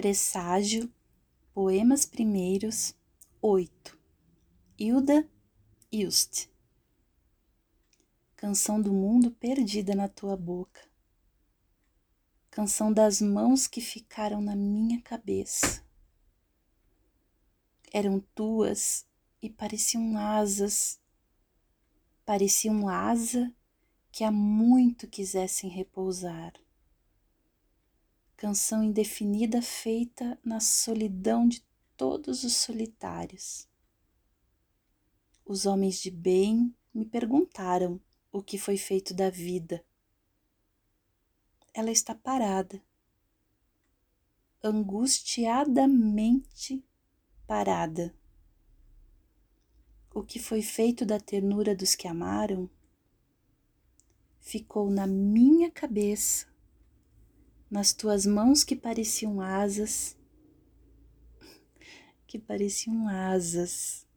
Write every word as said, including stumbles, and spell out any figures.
Presságio, Poemas Primeiros, oito. Hilda Hilst. Canção do mundo perdida na tua boca. Canção das mãos que ficaram na minha cabeça. Eram tuas e pareciam asas, pareciam asa que há muito quisessem repousar. Canção indefinida feita na solidão de todos os solitários. Os homens de bem me perguntaram o que foi feito da vida. Ela está parada, angustiadamente parada. O que foi feito da ternura dos que amaram ficou na minha cabeça, nas tuas mãos que pareciam asas, que pareciam asas,